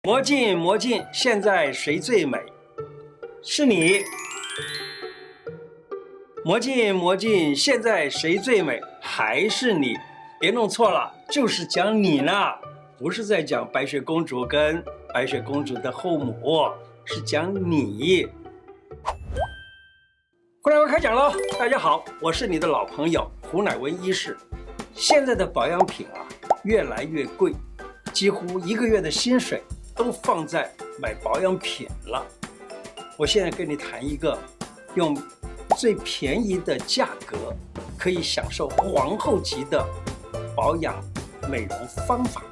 魔镜魔镜，现在谁最美？是你。魔镜魔镜，现在谁最美？还是你。别弄错了，就是讲你呢，不是在讲白雪公主跟白雪公主的后母，是讲你。胡乃文开讲喽！大家好，我是你的老朋友胡乃文医师。现在的保养品越来越贵，几乎1个月的薪水都放在买保养品了。我现在跟你谈一个用最便宜的价格可以享受皇后级的保养美容方法。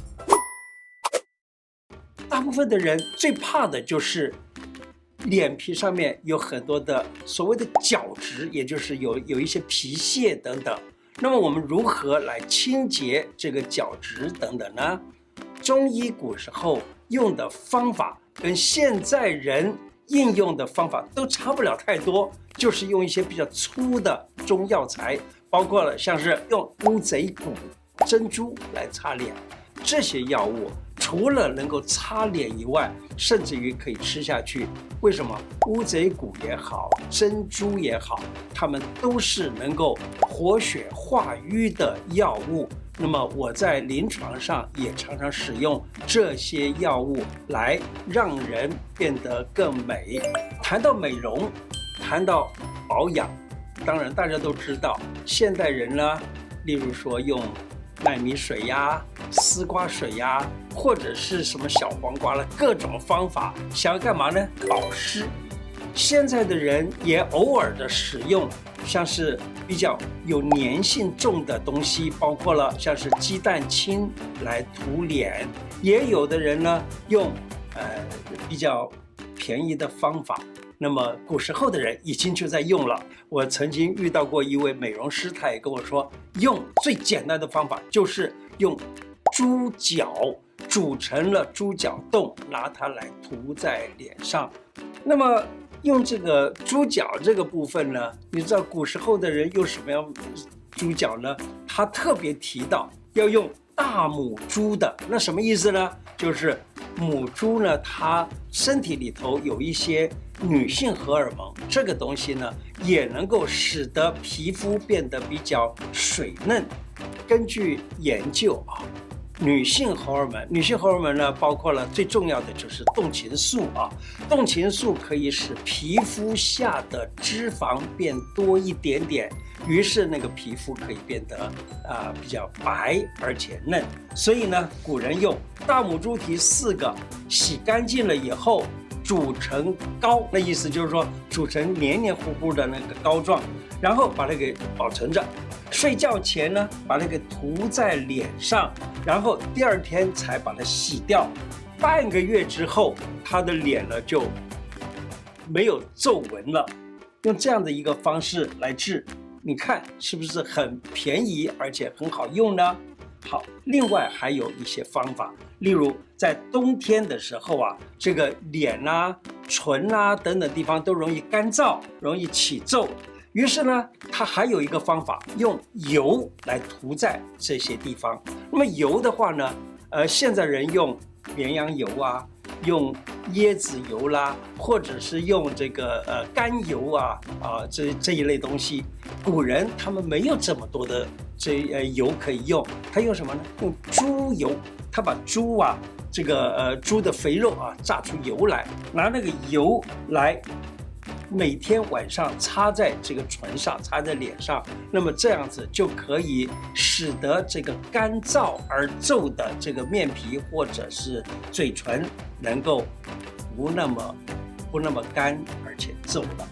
大部分的人最怕的就是脸皮上面有很多的所谓的角质，也就是有一些皮屑等等。那么我们如何来清洁这个角质等等呢？中医古时候用的方法跟现在人应用的方法都差不了太多，就是用一些比较粗的中药材，包括了像是用乌贼骨、珍珠来擦脸。这些药物除了能够擦脸以外，甚至于可以吃下去。为什么？乌贼骨也好，珍珠也好，它们都是能够活血化瘀的药物。那么我在临床上也常常使用这些药物来让人变得更美。谈到美容，谈到保养，当然大家都知道，现代人呢，例如说用麦米水呀、丝瓜水呀，或者是什么小黄瓜了，各种方法想要干嘛呢？保湿。现在的人也偶尔的使用像是比较有粘性重的东西，包括了像是鸡蛋清来涂脸，也有的人呢用比较便宜的方法。那么古时候的人已经就在用了。我曾经遇到过一位美容师，他也跟我说，用最简单的方法就是用猪脚煮成了猪脚冻，拿它来涂在脸上。那么用这个猪脚这个部分呢，你知道古时候的人用什么样猪脚呢？他特别提到要用大母猪的。那什么意思呢？就是母猪呢，它身体里头有一些女性荷尔蒙，这个东西呢也能够使得皮肤变得比较水嫩。根据研究女性荷尔蒙呢，包括了最重要的就是动情素动情素可以使皮肤下的脂肪变多一点点，于是那个皮肤可以变得比较白而且嫩。所以呢，古人用大母猪蹄4个，洗干净了以后煮成膏，那意思就是说煮成黏黏糊糊的那个膏状，然后把它给保存着。睡觉前呢，把那个涂在脸上，然后第2天才把它洗掉。半个月之后，他的脸呢就没有皱纹了。用这样的一个方式来治，你看是不是很便宜而且很好用呢？好，另外还有一些方法，例如在冬天的时候这个脸唇等等地方都容易干燥，容易起皱。于是呢，它还有一个方法，用油来涂在这些地方。那么油的话呢，现在人用绵羊油用椰子油啦，或者是用这个甘油这一类东西。古人他们没有这么多的油可以用，他用什么呢？用猪油，他把猪这个猪的肥肉榨出油来，拿那个油来每天晚上擦在这个唇上，擦在脸上，那么这样子就可以使得这个干燥而皱的这个面皮或者是嘴唇能够不那么干而且皱了。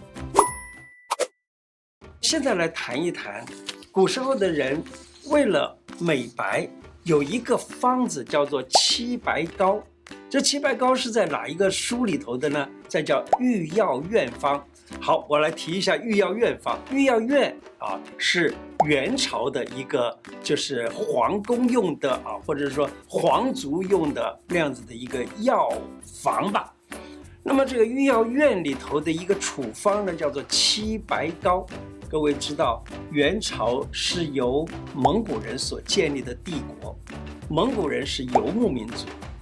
现在来谈一谈古时候的人为了美白有一个方子叫做七白膏。这七白膏是在哪一个书里头的呢？这叫御药院方。好，我来提一下御药院方。御药院是元朝的一个就是皇宫用的或者是说皇族用的那样子的一个药房吧。那么这个御药院里头的一个处方呢，叫做七白膏。各位知道，元朝是由蒙古人所建立的帝国，蒙古人是游牧民族。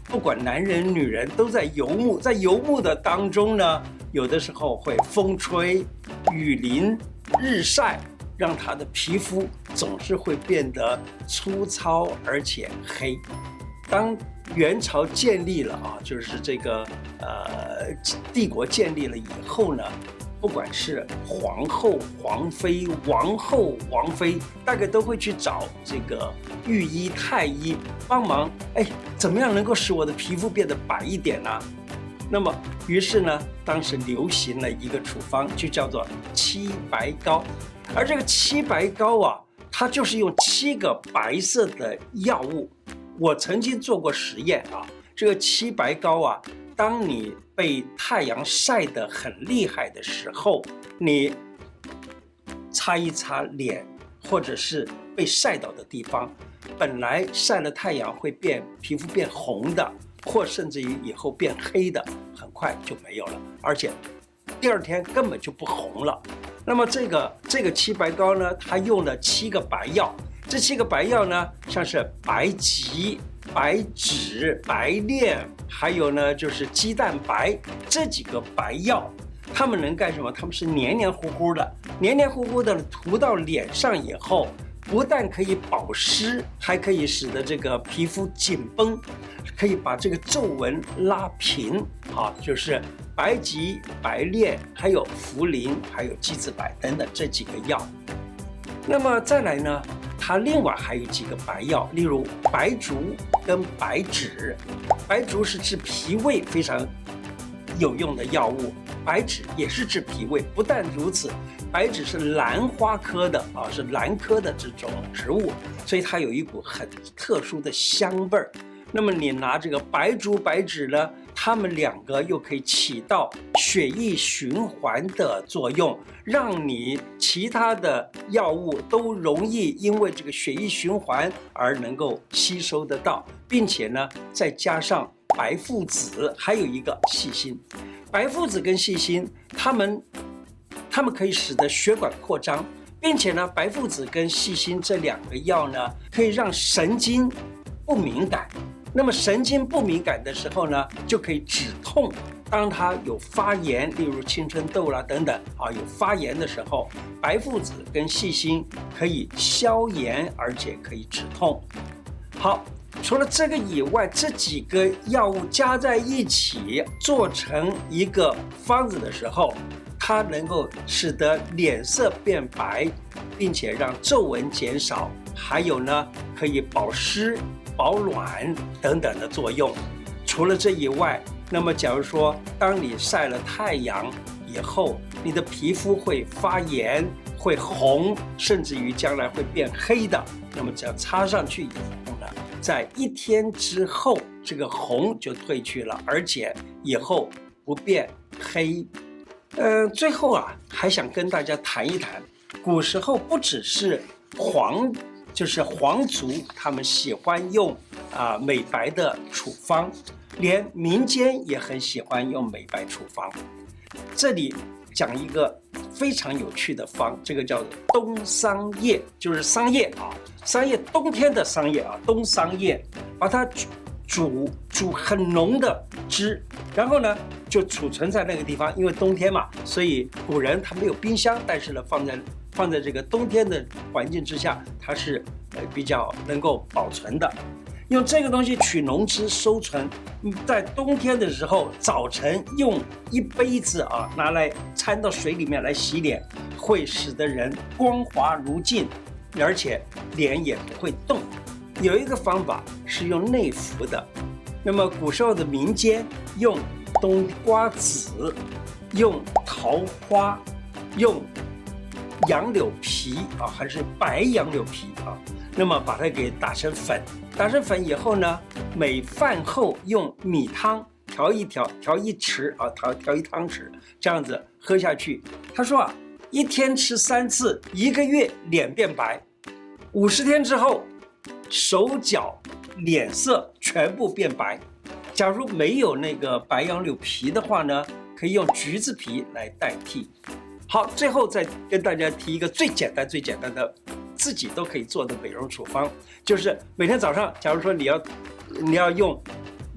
不管男人女人都在游牧，在游牧的当中呢，有的时候会风吹雨淋日晒，让他的皮肤总是会变得粗糙而且黑。当元朝建立了啊，就是这个帝国建立了以后呢，不管是皇后、皇妃、王后、王妃，大概都会去找这个御医、太医帮忙。怎么样能够使我的皮肤变得白一点呢？那么，于是呢，当时流行了一个处方，就叫做七白膏。而这个七白膏啊，它就是用7个白色的药物。我曾经做过实验啊，这个七白膏啊，当你被太阳晒得很厉害的时候，你擦一擦脸，或者是被晒到的地方，本来晒了太阳会皮肤变红的，或甚至于以后变黑的，很快就没有了，而且第2天根本就不红了。那么这个七白膏呢，它用了7个白药。这7个白药呢，像是白及、白芷、白练，还有呢就是鸡蛋白，这几个白药，它们能干什么？它们是黏黏糊糊的，黏黏糊糊的涂到脸上以后，不但可以保湿，还可以使得这个皮肤紧绷，可以把这个皱纹拉平啊，就是白及、白练，还有茯苓，还有鸡子白等等这几个药。那么再来呢，它另外还有几个白药，例如白术跟白芷。白术是治脾胃非常有用的药物，白芷也是治脾胃。不但如此，白芷是兰花科的啊，是兰科的这种植物，所以它有一股很特殊的香味儿。那么你拿这个白术、白芷呢，它们2个又可以起到血液循环的作用，让你其他的药物都容易因为这个血液循环而能够吸收得到，并且呢，再加上白附子，还有一个细辛。白附子跟细辛，它们可以使得血管扩张，并且呢，白附子跟细辛这2个药呢，可以让神经不敏感。那么神经不敏感的时候呢，就可以止痛。当它有发炎，例如青春痘啦等等啊，有发炎的时候，白附子跟细辛可以消炎，而且可以止痛。好，除了这个以外，这几个药物加在一起做成一个方子的时候，它能够使得脸色变白，并且让皱纹减少，还有呢，可以保湿、保暖等等的作用。除了这以外，那么假如说当你晒了太阳以后，你的皮肤会发炎、会红，甚至于将来会变黑的，那么只要擦上去以后呢，在1天之后，这个红就退去了，而且以后不变黑。最后啊，还想跟大家谈一谈，古时候不只是皇族他们喜欢用美白的处方，连民间也很喜欢用美白处方。这里讲一个非常有趣的方，这个叫做冬桑叶，就是桑叶啊，桑叶冬天的桑叶啊，冬桑叶，把它煮很浓的汁，然后呢就储存在那个地方，因为冬天嘛，所以古人他没有冰箱，但是呢放在这个冬天的环境之下，它是比较能够保存的。用这个东西取浓汁收存，在冬天的时候，早晨用1杯子拿来掺到水里面来洗脸，会使得人光滑如镜，而且脸也不会冻。有一个方法是用内服的，那么古时候的民间用冬瓜子、用桃花、用杨柳皮还是白杨柳皮那么把它给打成粉，打成粉以后呢，每饭后用米汤调一调，调1匙调1汤匙，这样子喝下去。他说1天吃3次，1个月脸变白，50天之后手脚脸色全部变白。假如没有那个白杨柳皮的话呢，可以用橘子皮来代替。好，最后再跟大家提一个最简单的自己都可以做的美容处方，就是每天早上，假如说你要用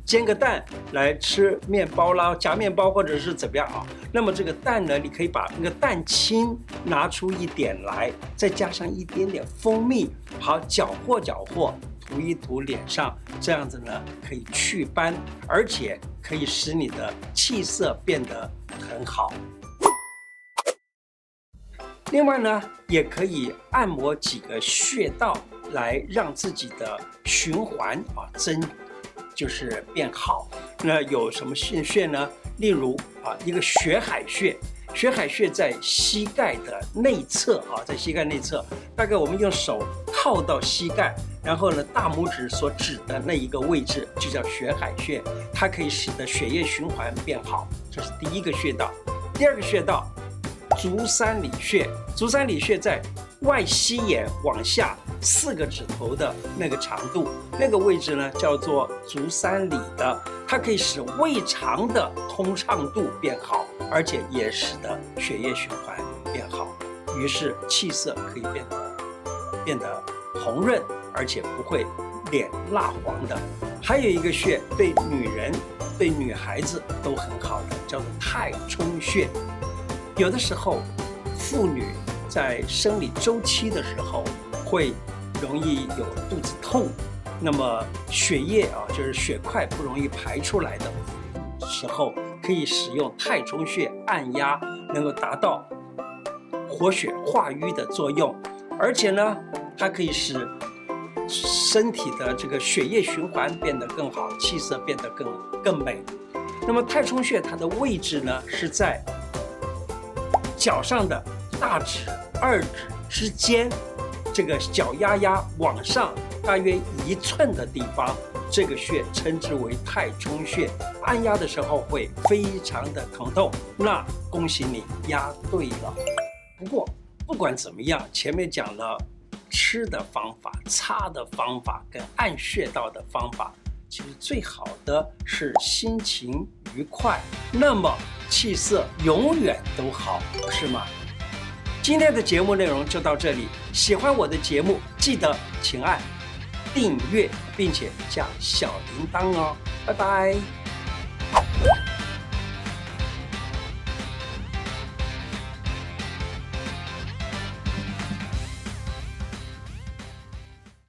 煎个蛋来吃面包啦，夹面包或者是怎么样啊？那么这个蛋呢，你可以把那个蛋清拿出一点来，再加上一点点蜂蜜，好搅和搅和，涂一涂脸上，这样子呢可以祛斑，而且可以使你的气色变得很好。另外呢，也可以按摩几个穴道，来让自己的循环就是变好。那有什么穴呢？例如一个血海穴，血海穴在膝盖的内侧在膝盖内侧，大概我们用手靠到膝盖，然后呢大拇指所指的那一个位置就叫血海穴，它可以使得血液循环变好，这是第一个穴道。第二个穴道，足三里穴。足三里穴在外膝眼往下4个指头的那个长度，那个位置呢叫做足三里的，它可以使胃肠的通畅度变好，而且也使得血液循环变好，于是气色可以变得红润，而且不会脸蜡黄的。还有一个穴对女人、对女孩子都很好的，叫做太冲穴。有的时候妇女在生理周期的时候会容易有肚子痛，那么血液就是血块不容易排出来的时候，可以使用太冲穴按压，能够达到活血化瘀的作用，而且呢它可以使身体的这个血液循环变得更好，气色变得更美。那么太冲穴它的位置呢是在脚上的大指、2指之间，这个脚丫丫往上大约1寸的地方，这个穴称之为太冲穴。按压的时候会非常的疼痛，那恭喜你压对了。不过不管怎么样，前面讲了吃的方法、擦的方法跟按穴道的方法，其实最好的是心情愉快，那么气色永远都好，不是吗？今天的节目内容就到这里，喜欢我的节目记得请按订阅并且加小铃铛哦，拜拜。